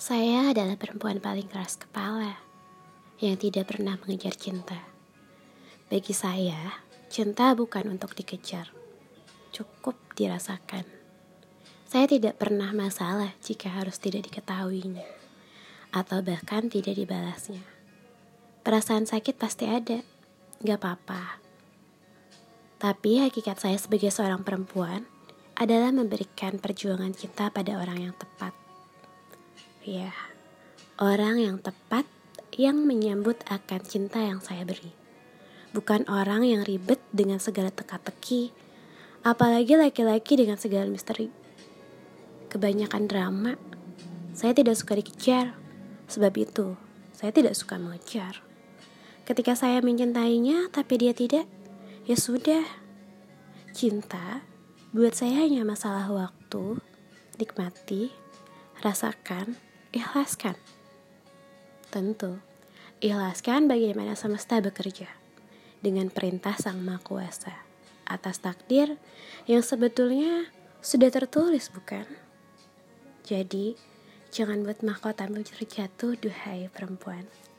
Saya adalah perempuan paling keras kepala yang tidak pernah mengejar cinta. Bagi saya, cinta bukan untuk dikejar, cukup dirasakan. Saya tidak pernah masalah jika harus tidak diketahuinya, atau bahkan tidak dibalasnya. Perasaan sakit pasti ada, gak apa-apa. Tapi hakikat saya sebagai seorang perempuan adalah memberikan perjuangan cinta pada orang yang tepat. Ya, orang yang tepat yang menyambut akan cinta yang saya beri. Bukan orang yang ribet dengan segala teka-teki, apalagi laki-laki dengan segala misteri. Kebanyakan drama, saya tidak suka dikejar. Sebab itu, saya tidak suka mengejar. Ketika saya mencintainya tapi dia tidak, ya sudah. Cinta buat saya hanya masalah waktu, nikmati, rasakan, ikhlaskan. Tentu, ikhlaskan bagaimana semesta bekerja dengan perintah Sang Maha Kuasa atas takdir yang sebetulnya sudah tertulis, bukan? Jadi, jangan buat mahkotamu terjatuh, duhai perempuan.